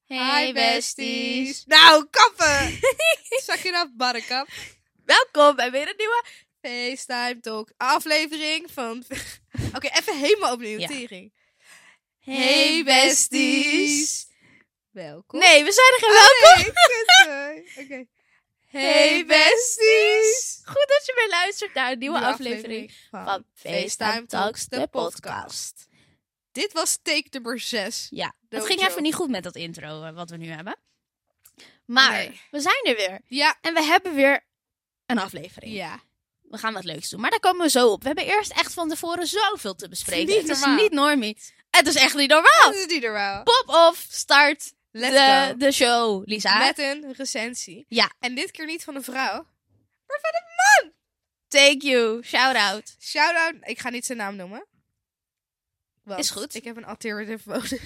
Hey besties. Nou, kappen! Zak je nou barrekap? Welkom bij weer een nieuwe FaceTime Talk aflevering van... Oké, even helemaal opnieuw. Ja. Tering. Hey besties. Welkom. Nee, we zijn er geen welkom. Oké. Hey besties. Goed dat je weer luistert naar een nieuwe aflevering van FaceTime Talks, de podcast. Dit was take nummer 6. Ja, het Don't ging joke. even niet goed met dat intro wat we nu hebben. Maar Nee. we zijn er weer. Ja. En we hebben weer een aflevering. Ja. We gaan wat leuks doen. Maar daar komen we zo op. We hebben eerst echt van tevoren zoveel te bespreken. niet Het is normaal. niet normie. Het is echt niet normaal. Dat is niet normaal. Pop off, start Let's go. de show, Lisa. Met een recensie. Ja. En dit keer niet van een vrouw. Take you. Shout out. Shout-out. Ik ga niet zijn naam noemen. Want Is goed. Ik heb een alternative motive.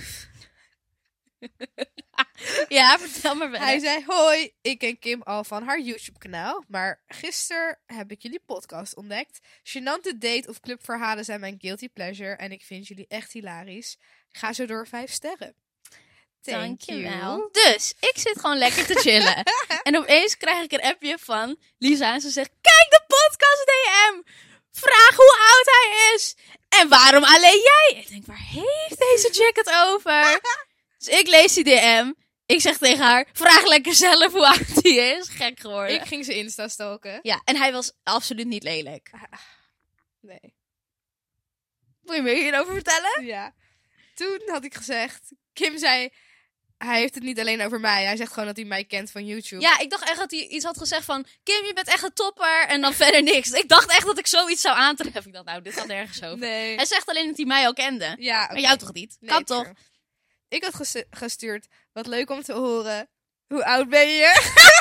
Ja, vertel maar verder. Hij zei, hoi, ik ken Kim al van haar YouTube-kanaal. Maar gisteren heb ik jullie podcast ontdekt. Gênante date of clubverhalen zijn mijn guilty pleasure. En ik vind jullie echt hilarisch. Ga zo door 5 sterren. Thank Dankjewel. you. Dus, ik zit gewoon lekker te chillen. En opeens krijg ik een appje van Lisa en ze zegt, kijk de podcast DM! Vraag hoe oud hij is! En waarom alleen jij? Ik denk, waar heeft deze chick het over? Dus ik lees die DM. Ik zeg tegen haar, vraag lekker zelf hoe oud hij is. Gek geworden. Ik ging ze Insta stalken. Ja, en hij was absoluut niet lelijk. Nee. Wil je me hierover vertellen? Ja. Toen had ik gezegd, Kim zei, hij heeft het niet alleen over mij. Hij zegt gewoon dat hij mij kent van YouTube. Ja, ik dacht echt dat hij iets had gezegd van, Kim, je bent echt een topper. En dan verder niks. Ik dacht echt dat ik zoiets zou aantreffen. Ik dacht, nou, dit gaat nergens over. Nee. Hij zegt alleen dat hij mij al kende. Ja, Maar jou toch niet? Nee, Kan true. toch? Ik had gestuurd, wat leuk om te horen. Hoe oud ben je?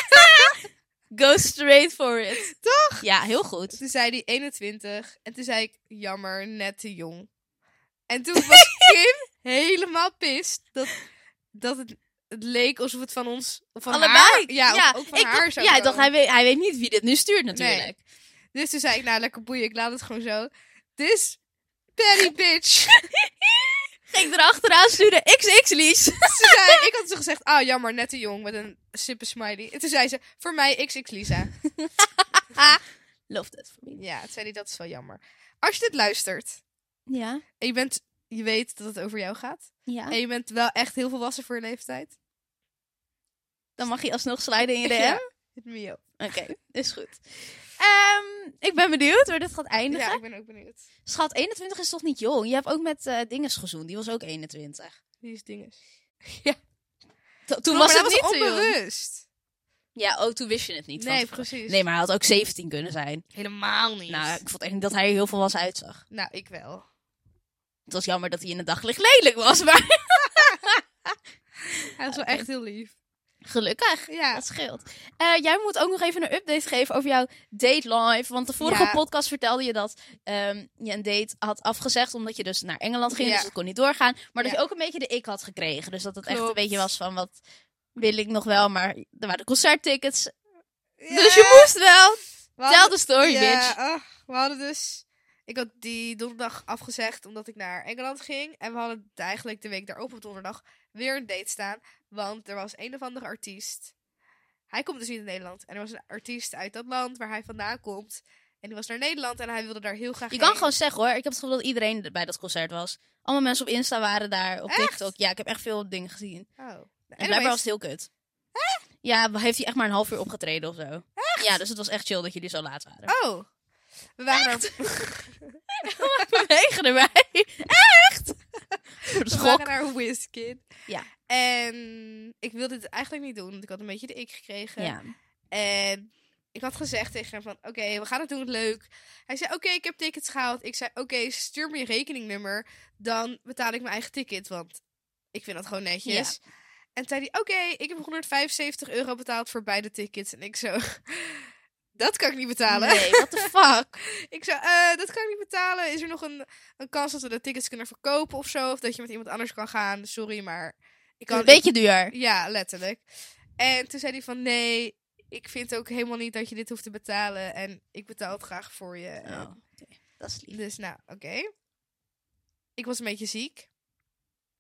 Go straight for it. Toch? Ja, heel goed. Toen zei hij 21. En toen zei ik, jammer, net te jong. En toen was Kim helemaal pist dat het leek alsof het van ons... Van Allebei. haar, ja, of ook van ik haar dacht, zou ja, ik dacht, komen. hij weet niet wie dit nu stuurt natuurlijk. Dus toen zei ik, nou, lekker boeien, ik laat het gewoon zo. Dus, petty bitch. Ging ik erachteraan sturen, XX Lies. Ik had zo gezegd, ah, jammer, net te jong, met een sippe smiley. En toen zei ze, voor mij XX Lisa. Love that for me. Ja, toen zei hij, dat is wel jammer. Als je dit luistert, Ja. en je weet dat het over jou gaat, Ja. en je bent wel echt heel volwassen voor je leeftijd, Dan mag je alsnog sliden in je DM. Ja, hit me up. Oké, is goed. Ik ben benieuwd waar dit gaat eindigen. Ja, ik ben ook benieuwd. Schat, 21 is toch niet jong? Je hebt ook met Dinges gezoend. Die was ook 21. Wie is dinges? Toen was Maar het dat niet te jong. onbewust. Ja, toen wist je het niet. van Nee, tevoren. precies. Nee, maar hij had ook 17 kunnen zijn. Helemaal niet. Nou, ik vond echt niet dat hij er heel volwassen uitzag. Nou, ik wel. Het was jammer dat hij in het daglicht lelijk was, maar Hij was wel echt heel lief. gelukkig. Ja. Dat scheelt. Jij moet ook nog even een update geven over jouw date life. Want de vorige Ja. podcast vertelde je dat je een date had afgezegd. Omdat je dus naar Engeland ging, Ja. dus het kon niet doorgaan. Maar dat Ja. je ook een beetje de ik had gekregen. Dus dat het echt een Klopt. beetje was van, wat wil ik nog wel? Maar er waren concerttickets. Ja. Dus je moest wel. We hadden- Tell the story, ja, bitch. We hadden dus... Ik had die donderdag afgezegd omdat ik naar Engeland ging. En we hadden eigenlijk de week daarop op donderdag weer een date staan. Want er was een of andere artiest. Hij komt dus niet in Nederland. En er was een artiest uit dat land waar hij vandaan komt. En die was naar Nederland en hij wilde daar heel graag Je heen. kan gewoon zeggen hoor. Ik heb het gevoel dat iedereen bij dat concert was. Allemaal mensen op Insta waren daar. Op Echt? TikTok. Ja, ik heb echt veel dingen gezien. Oh. En blijkbaar was het heel kut. Ja, heeft hij echt maar een half uur opgetreden of zo. Ja, dus het was echt chill dat jullie zo laat waren. Oh. We waren daar... Bewegen erbij. Echt? Voor de We schok. waren naar Wizkid. Ja. En ik wilde het eigenlijk niet doen, want ik had een beetje de ik gekregen. Ja. En ik had gezegd tegen hem van, oké, we gaan het doen, leuk. Hij zei, oké, ik heb tickets gehaald. Ik zei, oké, stuur me je rekeningnummer. Dan betaal ik mijn eigen ticket, want ik vind dat gewoon netjes. En toen zei hij, oké, ik heb 175 euro betaald voor beide tickets. En ik zo, dat kan ik niet betalen. Nee, what the fuck? Ik zei, dat kan ik niet betalen. Is er nog een kans dat we de tickets kunnen verkopen of zo? Of dat je met iemand anders kan gaan? Sorry, maar ik kan... Een beetje duur. Ja, letterlijk. En toen zei hij van, nee, ik vind ook helemaal niet dat je dit hoeft te betalen. En ik betaal het graag voor je. Oh, oké. Dat is lief. Dus nou, oké. Ik was een beetje ziek.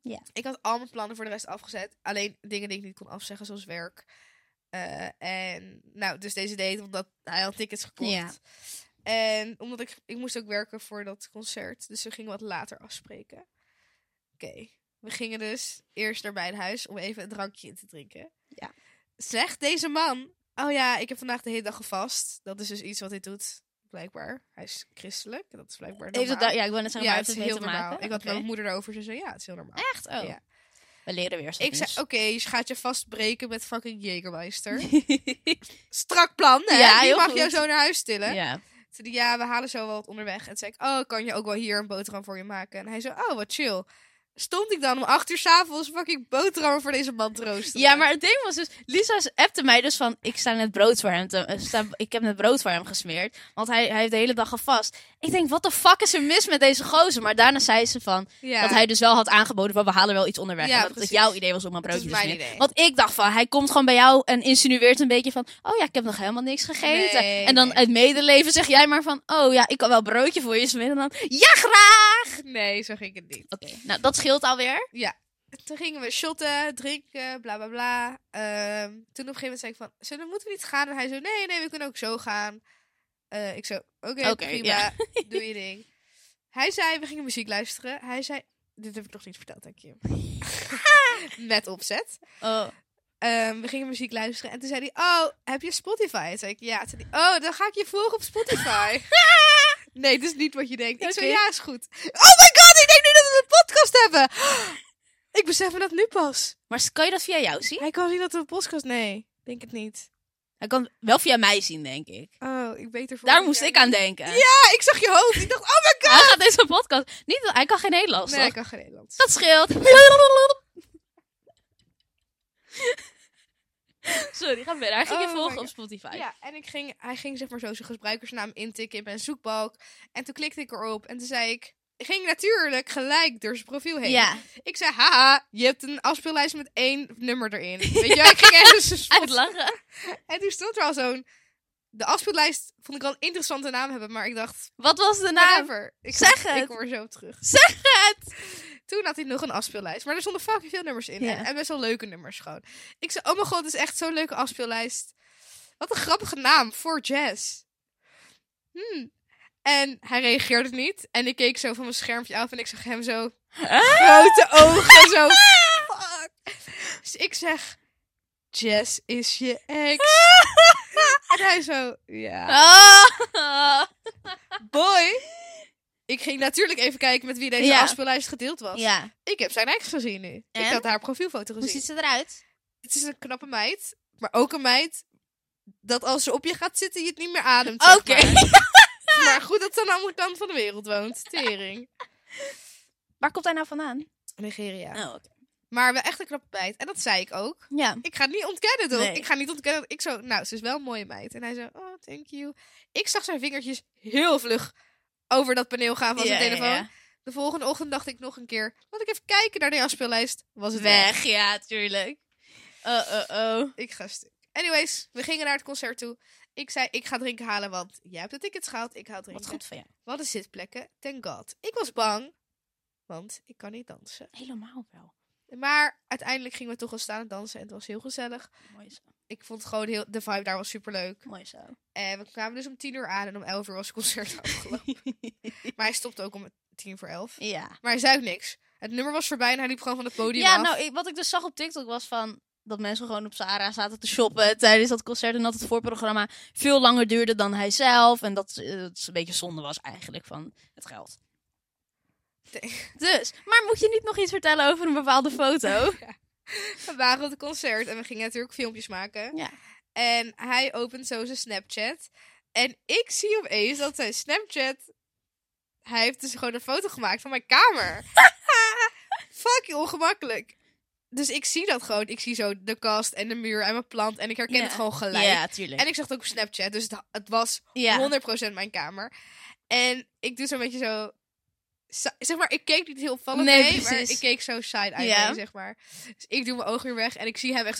Ja. Ik had al mijn plannen voor de rest afgezet. Alleen dingen die ik niet kon afzeggen, zoals werk. En nou, dus deze date, omdat hij had tickets gekocht. Ja. En omdat ik moest ook werken voor dat concert. Dus we gingen wat later afspreken. Oké. We gingen dus eerst naar mijn huis om even een drankje in te drinken. Ja. Zegt deze man... Oh ja, ik heb vandaag de hele dag gevast. Dat is dus iets wat hij doet, blijkbaar. Hij is christelijk. Dat is blijkbaar normaal. Ja, ik wil net zeggen, Ja, maar het is mee heel te normaal. maken. Ik had Oké. met mijn moeder erover. Ze zei, ja, het is heel normaal. Echt? Oh. Ja. We leren weer Ik zei, stapjes. oké, je gaat je vastbreken met fucking Jägermeister. Strak plan, hè? Ja, Die heel mag goed. jou zo naar huis tillen. Ja. Toen zei hij, ja, we halen zo wel wat onderweg. En toen zei ik, oh, kan je ook wel hier een boterham voor je maken? En hij zei, oh, wat chill. Stond ik dan om 8 uur 's avonds fucking boterhammen voor deze man te roosteren. Ja, maar het ding was dus... Lisa appte mij dus van... Ik sta net brood voor hem ik heb net brood voor hem gesmeerd. Want hij heeft de hele dag gevast. Ik denk, wat de fuck is er mis met deze gozer? Maar daarna zei ze van... Ja. Dat hij dus wel had aangeboden van... We halen wel iets onderweg. Ja, en dat het precies. jouw idee was om een Dat broodje is te mijn smeren. idee. Want ik dacht van... Hij komt gewoon bij jou en insinueert een beetje van... Oh ja, ik heb nog helemaal niks gegeten. Nee, en dan nee. uit medeleven zeg jij maar van... Oh ja, ik kan wel een broodje voor je smeren. En dan... Ja, graag! Nee, zo ging het niet. Oké, nou dat scheelt alweer. Ja. Toen gingen we shotten, drinken, bla bla bla. Toen op een gegeven moment zei ik van, moeten we niet gaan? En hij zo, nee, we kunnen ook zo gaan. Ik zo, oké, prima, ja. doe je ding. Hij zei, we gingen muziek luisteren. Hij zei, dit heb ik nog niet verteld, dank je. Met opzet. Oh. We gingen muziek luisteren. En toen zei hij, oh, heb je Spotify? Toen zei ik, ja. Toen zei hij, oh, dan ga ik je volgen op Spotify. Nee, dat is niet wat je denkt. Ik Oké. zo, ja, is goed. Oh my god, ik denk nu dat we een podcast hebben. Ik besef me dat nu pas. Maar kan je dat via jou zien? Hij kan zien dat we een podcast... Nee, denk het niet. Hij kan wel via mij zien, denk ik. Oh, ik weet ervoor. Daar moest ik aan denken. Ja, ik zag je hoofd. Ik dacht, oh my god. Hij gaat deze podcast... Niet, hij kan geen Nederlands, Nee, ik toch? kan geen Nederlands. Dat scheelt. Sorry, ga verder. Hij ging je Oh volgen my op God. Spotify. Ja, en hij ging zeg maar zo zijn gebruikersnaam intikken in mijn zoekbalk. En toen klikte ik erop. En toen zei ik ging natuurlijk gelijk door zijn profiel heen. Ja. Ik zei, haha, je hebt een afspeellijst met 1 nummer erin. Weet je wel, ik ging ergens een spot- Uitlachen. En toen stond er al zo'n... De afspeellijst vond ik wel een interessante naam hebben, maar ik dacht... Wat was de naam? Whatever. Zeg het. Ik kom er zo op terug. Zeg het! Toen had hij nog een afspeellijst. Maar er stonden fucking veel nummers in. Ja. En best wel leuke nummers gewoon. Ik zei, oh mijn god, het is echt zo'n leuke afspeellijst. Wat een grappige naam voor jazz. En hij reageerde niet. En ik keek zo van mijn schermpje af en ik zag hem zo... Grote ogen, zo... Fuck. Dus ik zeg... Jazz is je ex. En hij zo... Ja. Oh. Boy. Ik ging natuurlijk even kijken met wie deze Ja. afspeellijst gedeeld was. Ja. Ik heb zijn ex gezien nu. En? Ik had haar profielfoto Hoe gezien. ziet ze eruit? Het is een knappe meid. Maar ook een meid dat als ze op je gaat zitten, je het niet meer ademt. zeg Oké. Maar. Maar goed dat ze aan de andere kant van de wereld woont. Tering. Waar komt hij nou vandaan? Nigeria. Oh, oké. Maar wel echt een knappe meid. En dat zei ik ook. Ja. Ik ga het niet ontkennen, toch? Nee. Ik ga niet ontkennen. Ik zo, nou, ze is wel een mooie meid. En hij zo, oh, thank you. Ik zag zijn vingertjes heel vlug over dat paneel gaan van zijn telefoon. Ja. De volgende ochtend dacht ik nog een keer, laat ik even kijken naar die afspeellijst. Was het Weg, ja, tuurlijk. Oh. Ik ga stuk. Anyways, we gingen naar het concert toe. Ik zei, ik ga drinken halen, want jij hebt de tickets gehaald. Ik ga drinken. Wat goed van jou. We hadden zitplekken, thank god. Ik was bang, want ik kan niet dansen. Helemaal wel. Maar uiteindelijk gingen we toch wel staan en dansen en het was heel gezellig. Mooi zo. Ik vond het gewoon de vibe daar was superleuk. Mooi zo. En we kwamen dus om 10 uur aan en om 11 uur was het concert afgelopen. Maar hij stopte ook om 11:10. Ja. Maar hij zei ook niks. Het nummer was voorbij en hij liep gewoon van het podium Ja, af. nou, wat ik dus zag op TikTok was van... Dat mensen gewoon op Zara zaten te shoppen tijdens dat concert. En dat het voorprogramma veel langer duurde dan hij zelf. En dat het een beetje zonde was eigenlijk van het geld. Nee. Dus, maar moet je niet nog iets vertellen over een bepaalde foto? We waren op het concert en we gingen natuurlijk filmpjes maken. Ja. En hij opent zo zijn Snapchat. En ik zie opeens dat zijn Snapchat... Hij heeft dus gewoon een foto gemaakt van mijn kamer. Fucking ongemakkelijk. Dus ik zie dat gewoon. Ik zie zo de kast en de muur en mijn plant. En ik herken het gewoon gelijk. Ja, tuurlijk. En ik zag het ook op Snapchat. Dus het was Ja. 100% mijn kamer. En ik doe zo'n beetje zo... Zeg maar, ik keek niet heel opvallend Nee, mee, maar precies. ik keek zo side-eye Ja. mee, zeg maar. Dus ik doe mijn ogen weer weg en ik zie hem echt zo...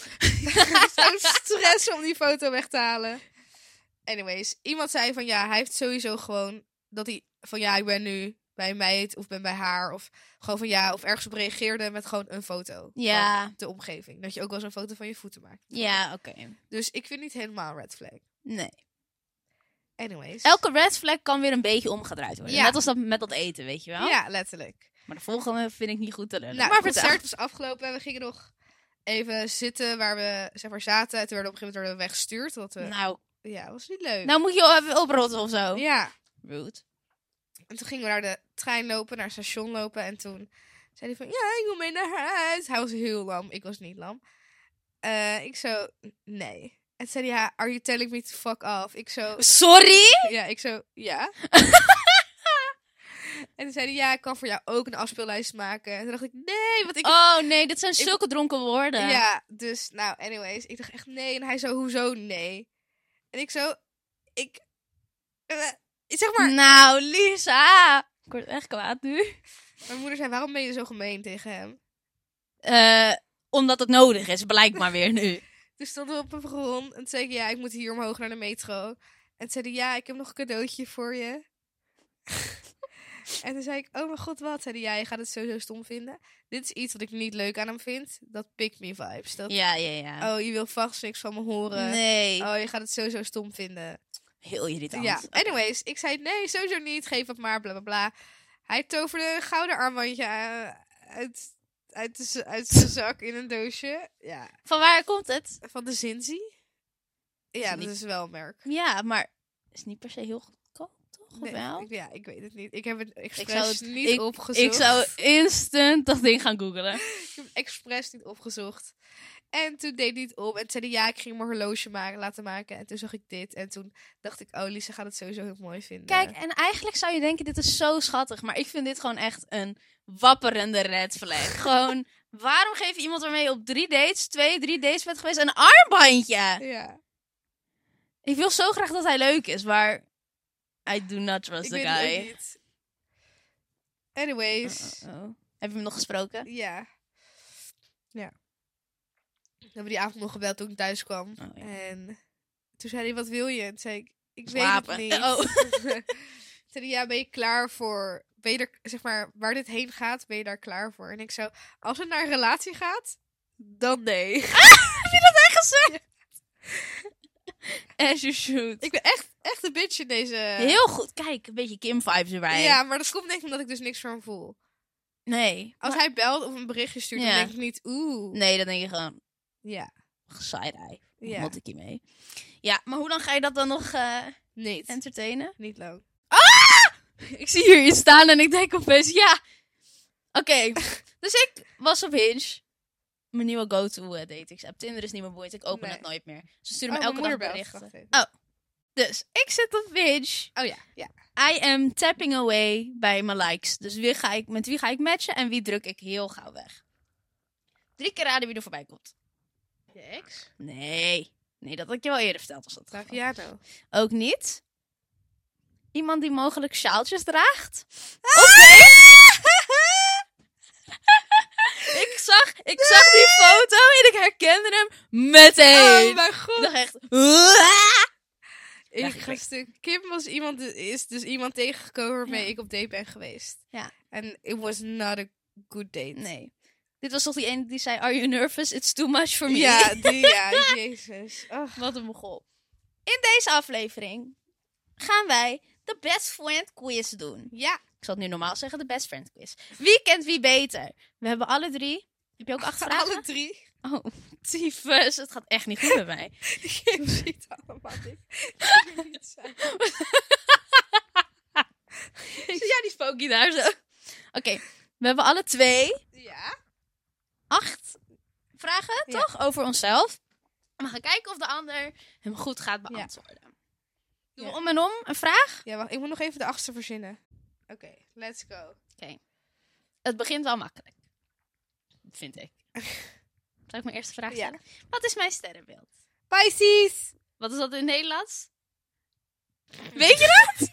zo stressen om die foto weg te halen. Anyways, iemand zei van ja, hij heeft sowieso gewoon... Dat hij van ja, ik ben nu bij een meid of ben bij haar. Of gewoon van ja, of ergens op reageerde met gewoon een foto. Ja. Van de omgeving. Dat je ook wel eens een foto van je voeten maakt. Ja, oké. Dus ik vind niet helemaal een red flag. Nee. Anyways. Elke red flag kan weer een beetje omgedraaid worden. Ja. Net als dat met dat eten, weet je wel? Ja, letterlijk. Maar de volgende vind ik niet goed te lullen. Nou, maar het vertel. concert was afgelopen en we gingen nog even zitten waar we zeg maar zaten. En toen werden op een gegeven moment weggestuurd. Want we, ja, was niet leuk. Nou moet je wel even oprotten of zo. Ja. Rude. En toen gingen we naar de trein lopen, naar het station lopen. En toen zei hij van, ja, ik wil mee naar huis. Hij was heel lam. Ik was niet lam. Ik zo, nee. En toen zei hij, ja, are you telling me to fuck off? Ik zo, Sorry? ja, ik zo, ja. En toen zei hij, ja, ik kan voor jou ook een afspeellijst maken. En toen dacht ik, nee, want ik... Oh nee, dit zijn zulke dronken woorden. Ja, dus, nou, anyways. Ik dacht echt, nee. En hij zo, hoezo nee? En ik zo, zeg maar... Nou, Lisa. Ik word echt kwaad nu. Mijn moeder zei, waarom ben je zo gemeen tegen hem? Omdat het nodig is, blijkt maar weer nu. Toen stonden we op een perron. En toen zei ik, ja, ik moet hier omhoog naar de metro. En toen zei hij, ja, ik heb nog een cadeautje voor je. En toen zei ik, oh mijn god, wat? Zei hij, ja, je gaat het sowieso stom vinden. Dit is iets wat ik niet leuk aan hem vind. Dat pick me vibes. Dat, Ja. oh, je wil vast niks van me horen. Nee. Oh, je gaat het sowieso stom vinden. Heel irritant. Ja, Oké. anyways. Ik zei, nee, sowieso niet. Geef het maar, bla bla bla. Hij toverde een gouden armbandje uit zijn zak in een doosje. Ja. Van waar komt het? Van de Zinzi. Ja, niet- dat is wel een merk. Ja, maar is niet per se heel goedkoop, toch? Of Nee, wel? ik weet het niet. Ik heb het zou expres het- niet opgezocht. Ik zou instant dat ding gaan googlen. Ik heb het expres niet opgezocht. En toen deed hij het op. En toen zei hij, ja, ik ging mijn horloge laten maken. En toen zag ik dit. En toen dacht ik, oh, Lisa gaat het sowieso heel mooi vinden. Kijk, en eigenlijk zou je denken, dit is zo schattig. Maar ik vind dit gewoon echt een wapperende red flag. Gewoon, waarom geef je iemand waarmee je op 3 dates bent geweest, een armbandje? Ja. Ik wil zo graag dat hij leuk is, maar I do not trust Ik the weet het guy. ook niet. Anyways. Oh. Heb je hem nog gesproken? Ja. Ja. We hebben die avond nog gebeld toen ik thuis kwam. Oh, ja. En toen zei hij, wat wil je? En toen zei ik Slapen. weet het niet. Oh. Toen zei hij, ja, ben je klaar voor... Ben je er, zeg maar, waar dit heen gaat, ben je daar klaar voor? En ik zo, als het naar een relatie gaat, dan nee. Heb je dat echt gezegd? As you should. Ik ben echt een bitch in deze... Heel goed. Kijk, een beetje Kim-vibes erbij. Ja, maar dat komt denk ik omdat ik dus niks voor hem voel. Nee. Als hij belt of een berichtje stuurt, dan Ja. denk ik niet, oeh. Nee, dan denk je gewoon, Ja. side-eye. Wat Ja. moet ik hiermee? Ja, maar hoe lang ga je dat dan nog Niet. entertainen? Niet lang. Ik zie hier iets staan en ik denk opeens, ja. Oké. Dus ik was op Hinge. Mijn nieuwe go-to dating app. Tinder is niet meer boeiend. Ik open Nee. het nooit meer. Ze sturen Oh, me elke mijn dag moeder berichten. belt. Wacht even. Dus ik zit op Hinge. Oh ja, ja. I am tapping away bij mijn likes. Dus met wie ga ik matchen en wie druk ik heel gauw weg. 3 keer raden wie er voorbij komt. Je ex? Nee, dat had ik je wel eerder verteld. Was dat het geval. Traviano. Ook niet. Iemand die mogelijk sjaaltjes draagt. Ik zag die foto en ik herkende hem meteen. Oh mijn Ik god. dacht echt... Ik Weg, ga weg. stuk. Kim is dus iemand tegengekomen waarmee ik op date ben geweest. Ja. En it was not a good date. Nee. Dit was toch die ene die zei, are you nervous? It's too much for me. Ja, ja, jezus. Oh. Wat een mogol. In deze aflevering gaan wij de best friend quiz doen. Ja. Ik zal het nu normaal zeggen, de best friend quiz. Wie kent wie beter? We hebben alle 3. Heb je ook 8 vragen? Alle 3. Oh, tyfus. Het gaat echt niet goed met mij. Kim ziet allemaal dit. Zie jij die spooky daar zo? Oké, we hebben alle 2 Ja. 8 vragen, Ja. toch? Over onszelf. En we gaan kijken of de ander hem goed gaat beantwoorden. Doen we Ja. om en om een vraag? Ja, wacht. Ik moet nog even de 8e verzinnen. Oké, let's go. Het begint wel makkelijk. Vind ik. Zal ik mijn eerste vraag Ja. stellen? Wat is mijn sterrenbeeld? Pisces! Wat is dat in het Nederlands? Weet je dat?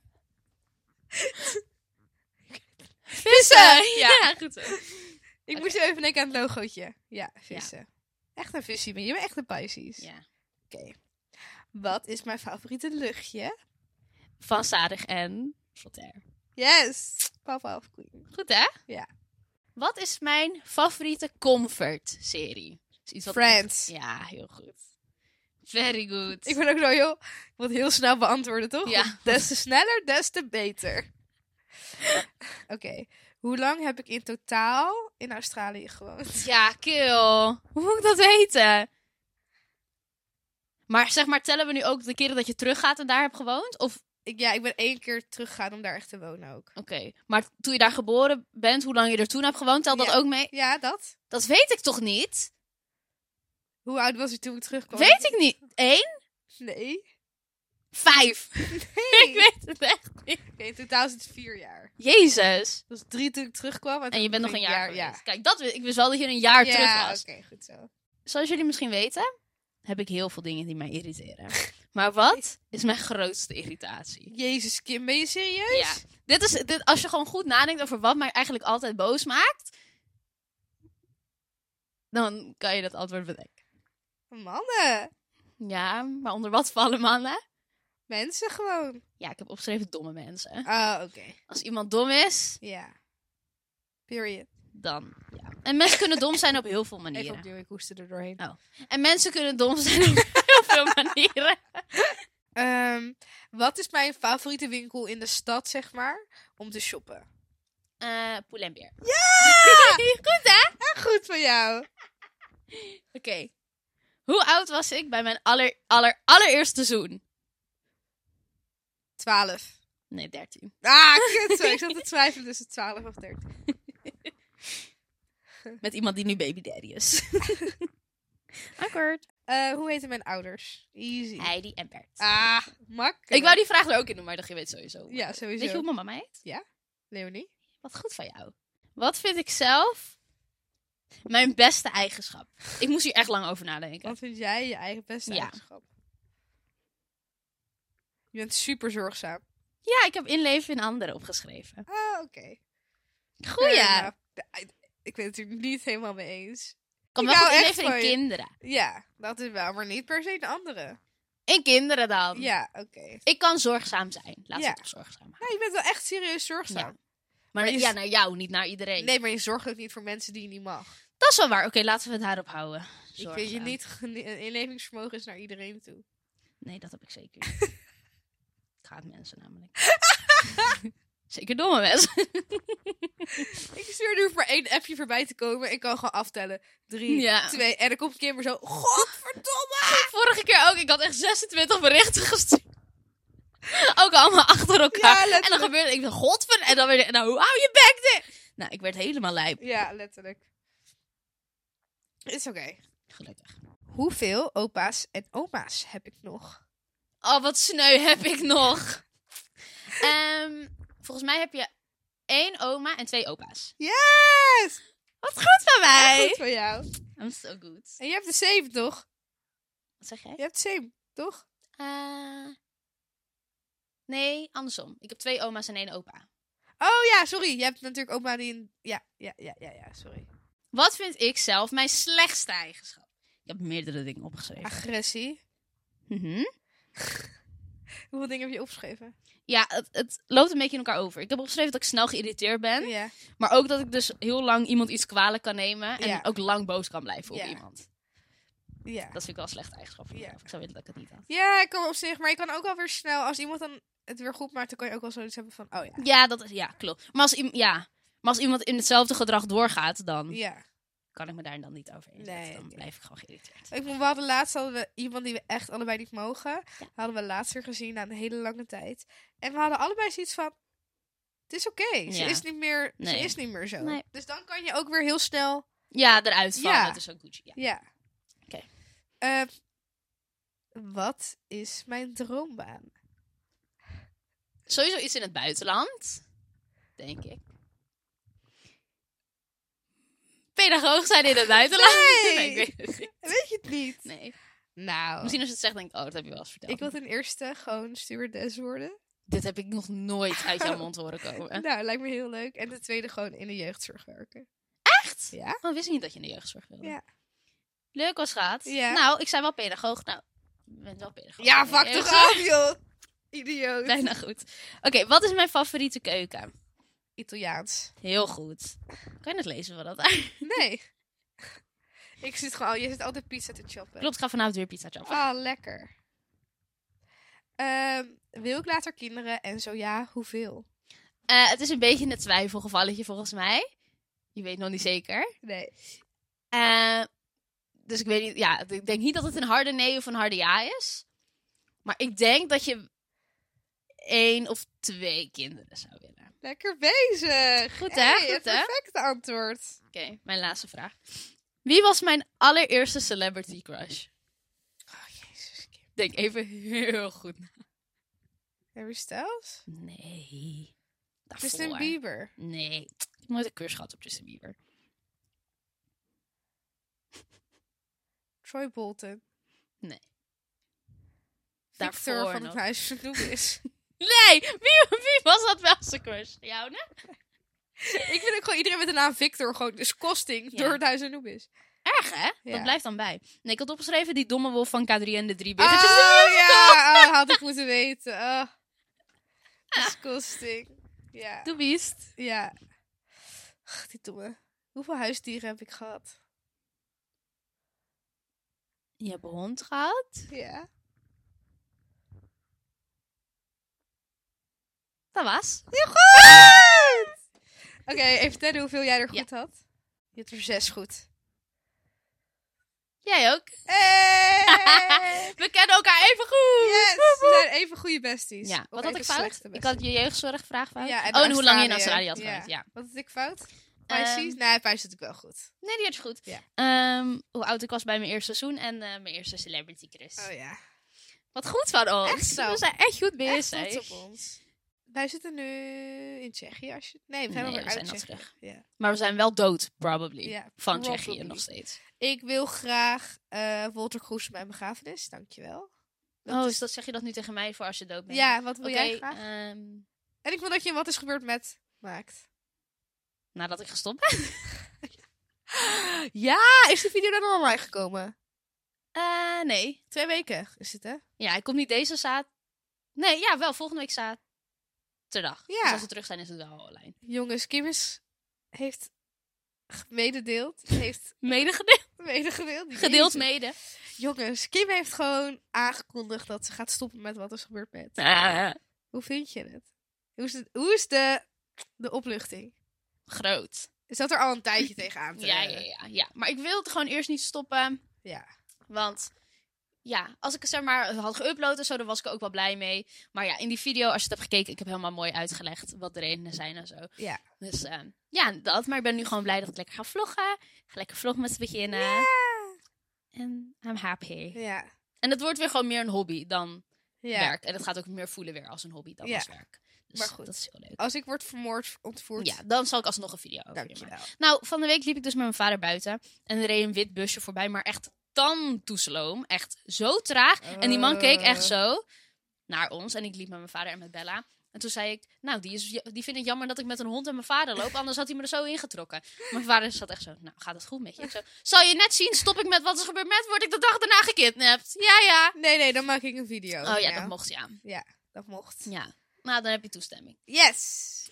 Vissen! Ja, goed zo. Ik moest even denken aan het logootje. Ja, vissen. Echt een vissie ben je. Je bent echt een Pisces. Ja. Oké. Wat is mijn favoriete luchtje? Van Zadig en Voltaire. Yes. Papa of Queen. Goed, hè? Ja. Wat is mijn favoriete comfort-serie? Is iets wat Friends. Ja, heel goed. Very good. Ik ben ook zo heel... Ik wil het heel snel beantwoorden, toch? Ja. Want des te sneller, des te beter. Oké. Hoe lang heb ik in totaal in Australië gewoond? Ja, kill. Hoe moet ik dat weten? Maar zeg maar, tellen we nu ook de keren dat je teruggaat en daar hebt gewoond? Of... Ik ben 1 keer teruggegaan om daar echt te wonen ook. Oké. Maar toen je daar geboren bent, hoe lang je er toen hebt gewoond, telt dat Ja. ook mee? Ja, dat. Dat weet ik toch niet? Hoe oud was ik toen ik terugkwam? Weet ik niet. 1? Nee. 5. Nee. Ik weet het echt niet. Oké, in totaal is het 4 jaar. Jezus. Dat was 3 toen ik terugkwam. En je bent nog een jaar Ja. geweest. Kijk, ik wist wel dat je een jaar terug Ja, was. oké, goed zo. Zoals jullie misschien weten, heb ik heel veel dingen die mij irriteren. Maar wat is mijn grootste irritatie? Jezus, Kim, ben je serieus? Ja. Dit, als je gewoon goed nadenkt over wat mij eigenlijk altijd boos maakt, dan kan je dat antwoord bedenken. Mannen. Ja, maar onder wat vallen mannen? Mensen gewoon. Ja, ik heb opgeschreven domme mensen. Oh, oké. Als iemand dom is, Ja. Period. dan ja. En mensen kunnen dom zijn op heel veel Even manieren. opnieuw, ik hoestte er doorheen. Oh. En mensen kunnen dom zijn op heel veel manieren. Wat is mijn favoriete winkel in de stad, zeg maar, om te shoppen? Poel en Beer. Ja! Goed, hè? Goed van jou. Oké. Hoe oud was ik bij mijn allereerste zoen? 12. Nee, 13. Ah, kut zo. Ik zat te twijfelen tussen 12 of 13. Met iemand die nu baby daddy is. Awkward. Hoe heten mijn ouders? Easy. Heidi en Bert. Ah, makkelijk. Ik wou die vraag er ook in doen, maar dat je weet sowieso. Ja, sowieso. Weet je hoe mama heet? Leonie? Wat goed van jou. Wat vind ik zelf mijn beste eigenschap? Ik moest hier echt lang over nadenken. Wat vind jij je eigen beste Ja. eigenschap? Je bent super zorgzaam. Ja, ik heb inleven in anderen opgeschreven. Ah, oké. Goeie. Ja. Ik ben het er niet helemaal mee eens. Ik kan Ik wel hou goed echt inleven in van je. kinderen. Ja, dat is wel, maar niet per se de andere. In kinderen dan. Ja, oké. Ik kan zorgzaam zijn. Laat Ja. het op zorgzaam houden. Ja, je bent wel echt serieus zorgzaam. Ja. Maar je- ja, naar jou, niet naar iedereen. Nee, maar je zorgt ook niet voor mensen die je niet mag. Dat is wel waar. Oké, laten we het daarop houden. Ik vind je niet een inlevingsvermogen is naar iedereen toe. Nee, dat heb ik zeker niet. Ik haat mensen namelijk. Zeker domme mensen. Ik stuur nu maar 1 appje voorbij te komen. Ik kan gewoon aftellen. 3, Ja. 2. En dan komt Kimber zo. Godverdomme! Vorige keer ook. Ik had echt 26 berichten gestuurd. Ook allemaal achter elkaar. Ja, letterlijk. en dan gebeurde ik godver. En dan weer, nou, hou je bek dit. Nou, ik werd helemaal lijp. Ja, letterlijk. Is oké. Gelukkig. Hoeveel opa's en oma's heb ik nog? Oh, wat sneu heb ik nog. Volgens mij heb je 1 oma en 2 opa's. Yes! Wat goed van mij. Goed van jou. I'm so good. En je hebt de same, toch? Wat zeg jij? Je hebt de same, toch? Nee, andersom. Ik heb 2 oma's en 1 opa. Oh ja, sorry. Je hebt natuurlijk oma die een... Ja, sorry. Wat vind ik zelf mijn slechtste eigenschap? Ik heb meerdere dingen opgeschreven. Agressie. Mhm. Hoeveel dingen heb je opgeschreven? Ja, het loopt een beetje in elkaar over. Ik heb opgeschreven dat ik snel geïrriteerd ben. Ja. Maar ook dat ik dus heel lang iemand iets kwalijk kan nemen. En Ja. ook lang boos kan blijven op Ja. iemand. Ja. Dat vind ik wel een slechte eigenschap van Ja. mezelf. Ik zou willen dat ik het niet had. Ja, ik kan op zich. Maar je kan ook wel weer snel... Als iemand dan het weer goed maakt, dan kan je ook wel zoiets hebben van... Oh ja. Ja, klopt. Maar als iemand in hetzelfde gedrag doorgaat, dan Ja. kan ik me daar dan niet over inzetten. Nee, Dan oké. blijf ik gewoon geïrriteerd. We hadden laatst iemand die we echt allebei niet mogen. Hadden we laatst weer gezien na een hele lange tijd. En we hadden allebei zoiets van... Het is oké. Ze Ja. is niet meer, Nee. ze is niet meer zo. Nee. Dus dan kan je ook weer heel snel... Ja, eruit vallen. Ja. Het is ook Gucci. Ja. Ja. Oké. Wat is mijn droombaan? Sowieso iets in het buitenland. Denk ik. Pedagoog zijn in het buitenland. Nee. Ik weet het niet. Weet je het niet? Nee. Nou, Misschien als je het zegt, denk ik, oh, dat heb je wel eens verteld. ik wil ten eerste gewoon stewardess worden. Dit heb ik nog nooit uit jouw mond horen komen. Nou, lijkt me heel leuk. En ten tweede gewoon in de jeugdzorg werken. Echt? Ja. Oh, wist ik niet dat je in de jeugdzorg wilde. Ja. Leuk als gaat. Ja. Nou, ik zei wel pedagoog. Nou, je bent wel pedagoog. Ja, In de fuck toch jeugdzorg. af, joh! Idioot. Bijna goed. Oké, wat is mijn favoriete keuken? Italiaans. Heel goed. Kan je het lezen van dat daar? Nee. Ik zit gewoon... Je zit altijd pizza te choppen. Klopt, ik ga vanavond weer pizza choppen. Ah, lekker. Wil ik later kinderen? En zo ja, hoeveel? Het is een beetje een twijfelgevalletje volgens mij. Je weet nog niet zeker. Nee. Dus ik weet niet... Ja, ik denk niet dat het een harde nee of een harde ja is. Maar ik denk dat je 1 of 2 kinderen zou willen. Lekker bezig. Goed, hè? Hey, Goed, het hè? perfecte antwoord. Oké, mijn laatste vraag. Wie was mijn allereerste celebrity crush? Oh, jezus. Kim. Denk even heel goed na. Harry Styles? Nee. Daarvoor. Justin Bieber? Nee. Ik heb nooit een crush gehad op Justin Bieber. Troy Bolton? Nee. Victor Daarvoor van nog. het Huis van Anubis? Nee! Wie was dat wel zijn crush? Jou, ne? Ik vind ook gewoon iedereen met de naam Victor gewoon disgusting Ja. door het Huis van Anubis. Erg, hè? Ja. Dat blijft dan bij. Nee, ik had opgeschreven die domme wolf van K3 en de 3 biggetjes. Ja, had ik moeten weten. Oh. Disgusting. Ja. Doe biest. Ja. Ach, die domme. Hoeveel huisdieren heb ik gehad? Je hebt een hond gehad? Ja. Dat was. Heel goed! Oké, even vertellen hoeveel jij er goed had. Je hebt er 6 goed. Jij ook. Hey! We kennen elkaar even goed. Yes, we zijn even goede besties. Ja, Of wat had even ik fout? slechte Ik besties. had je jeugdzorgvraag fout. Ja, En hoe lang je in Australië had ja. gewoond. Ja. Wat had ik fout? Pisces? Nee, Pisces doe ik wel goed. Nee, die had je goed. Ja. Hoe oud ik was bij mijn eerste seizoen en mijn eerste celebrity crush. Oh ja. Wat goed van ons. Echt zo. We zijn echt goed Echt bezig. trots op ons. Wij zitten nu in Tsjechië. Nee, we zijn Nee, wel we weer zijn uit nog Tsjechië. terug. Ja. Maar we zijn wel dood, probably. Ja, Van probably. Tsjechië nog steeds. Ik wil graag Walter Kroes bij mijn begrafenis. Dankjewel. Dus dat zeg je dat nu tegen mij voor als je dood bent? Ja, wat wil Oké, jij graag? En ik wil dat je Wat is gebeurd met maakt. nadat ik gestopt ben? Ja, is de video dan online gekomen? Nee. 2 weken is het, hè? Ja, ik kom niet deze zaterdag. Nee, ja, wel. Volgende week zaterdag. Ja. Dus als we terug zijn, is het wel online. Jongens, heeft mededeeld. Heeft Medegedeeld. medegedeeld. Gedeeld Jezus. mede. Jongens, Kim heeft gewoon aangekondigd dat ze gaat stoppen met Wat is gebeurd met. Hoe vind je het? Hoe is de opluchting? Groot. Is dat er al een tijdje tegenaan te... Ja. Maar ik wilde gewoon eerst niet stoppen. Ja. Want ja, als ik het zeg maar had geüpload en zo, dan was ik er ook wel blij mee. Maar ja, in die video, als je het hebt gekeken, ik heb helemaal mooi uitgelegd wat de redenen zijn en zo. Ja. Dus ja, dat. Maar ik ben nu gewoon blij dat ik lekker ga vloggen. Ik ga lekker vlogmas beginnen. Ja. En I'm happy. Ja. En het wordt weer gewoon meer een hobby dan Ja. werk. En het gaat ook meer voelen weer als een hobby dan Ja. als werk. Dus Maar goed. dat is heel leuk. Als ik word ontvoerd. Ja, dan zal ik alsnog een video over Dankjewel. maken. Nou, van de week liep ik dus met mijn vader buiten. En er reed een wit busje voorbij, maar echt tantoesloom. Echt zo traag. En die man keek echt zo naar ons. En ik liep met mijn vader en met Bella. En toen zei ik, nou, die vindt het jammer dat ik met een hond en mijn vader loop. Anders had hij me er zo ingetrokken. Mijn vader zat echt zo, nou, gaat het goed met je? Ik zo, zal je net zien, stop ik met Wat is gebeurd met, word ik de dag daarna gekidnapt. Ja. Nee, dan maak ik een video. Oh ja, dat mocht, ja. Ja, dat mocht. Ja, nou, dan heb je toestemming. Yes.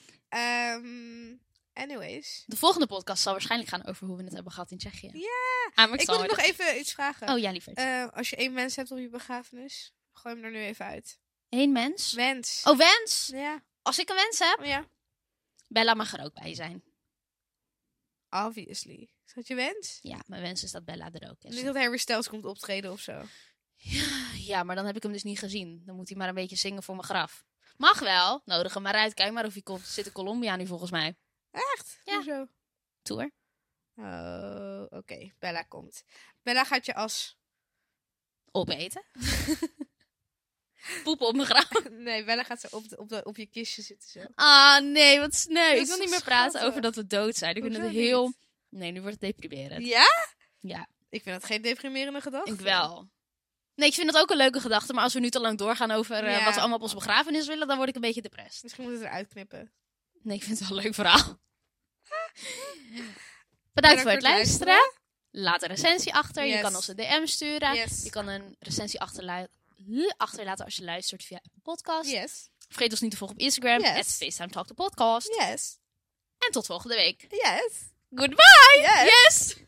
Anyways. De volgende podcast zal waarschijnlijk gaan over hoe we het hebben gehad in Tsjechië. Ja. I'm Ik wil excited. nog even iets vragen. Oh ja, lieverd. Als je 1 wens hebt op je begrafenis, gooi hem er nu even uit. 1 mens? Wens. Oh, wens? Ja. Als ik een wens heb, Ja. Bella mag er ook bij zijn. Obviously. Is dat je wens? Ja, mijn wens is dat Bella er ook is. Niet dat Harry Styles komt optreden of zo. Ja, maar dan heb ik hem dus niet gezien. Dan moet hij maar een beetje zingen voor mijn graf. Mag wel. Nodig hem maar uit. Kijk maar of hij komt. Zit in Colombia nu volgens mij. Echt? Ja. Hoezo? Tour. Oh, oké. Bella komt. Bella gaat je as... Opeten. Poepen op mijn graf. Nee, Bella gaat zo op je kistje zitten zo. Ah, nee, wat sneu. Dat Ik is wil zo niet meer praten schattig. over dat we dood zijn. Ik vind Hoezo het heel... niet? Nee, nu wordt het deprimerend. Ja? Ja, Ik vind het geen deprimerende gedachte. ik wel. Nee, ik vind het ook een leuke gedachte. Maar als we nu te lang doorgaan over Ja. wat we allemaal op onze begrafenis willen, dan word ik een beetje depressed. Misschien moeten we het eruit knippen. Nee, ik vind het wel een leuk verhaal. Bedankt voor het luisteren. Laat een recensie achter. Je Yes. kan ons een DM sturen. Yes. Je kan een recensie achterlaten achterlaten als je luistert via een podcast. Yes. Vergeet ons niet te volgen op Instagram. Yes. @FaceTime Talk the podcast. Yes. En tot volgende week. Yes. Goodbye! Yes. Yes!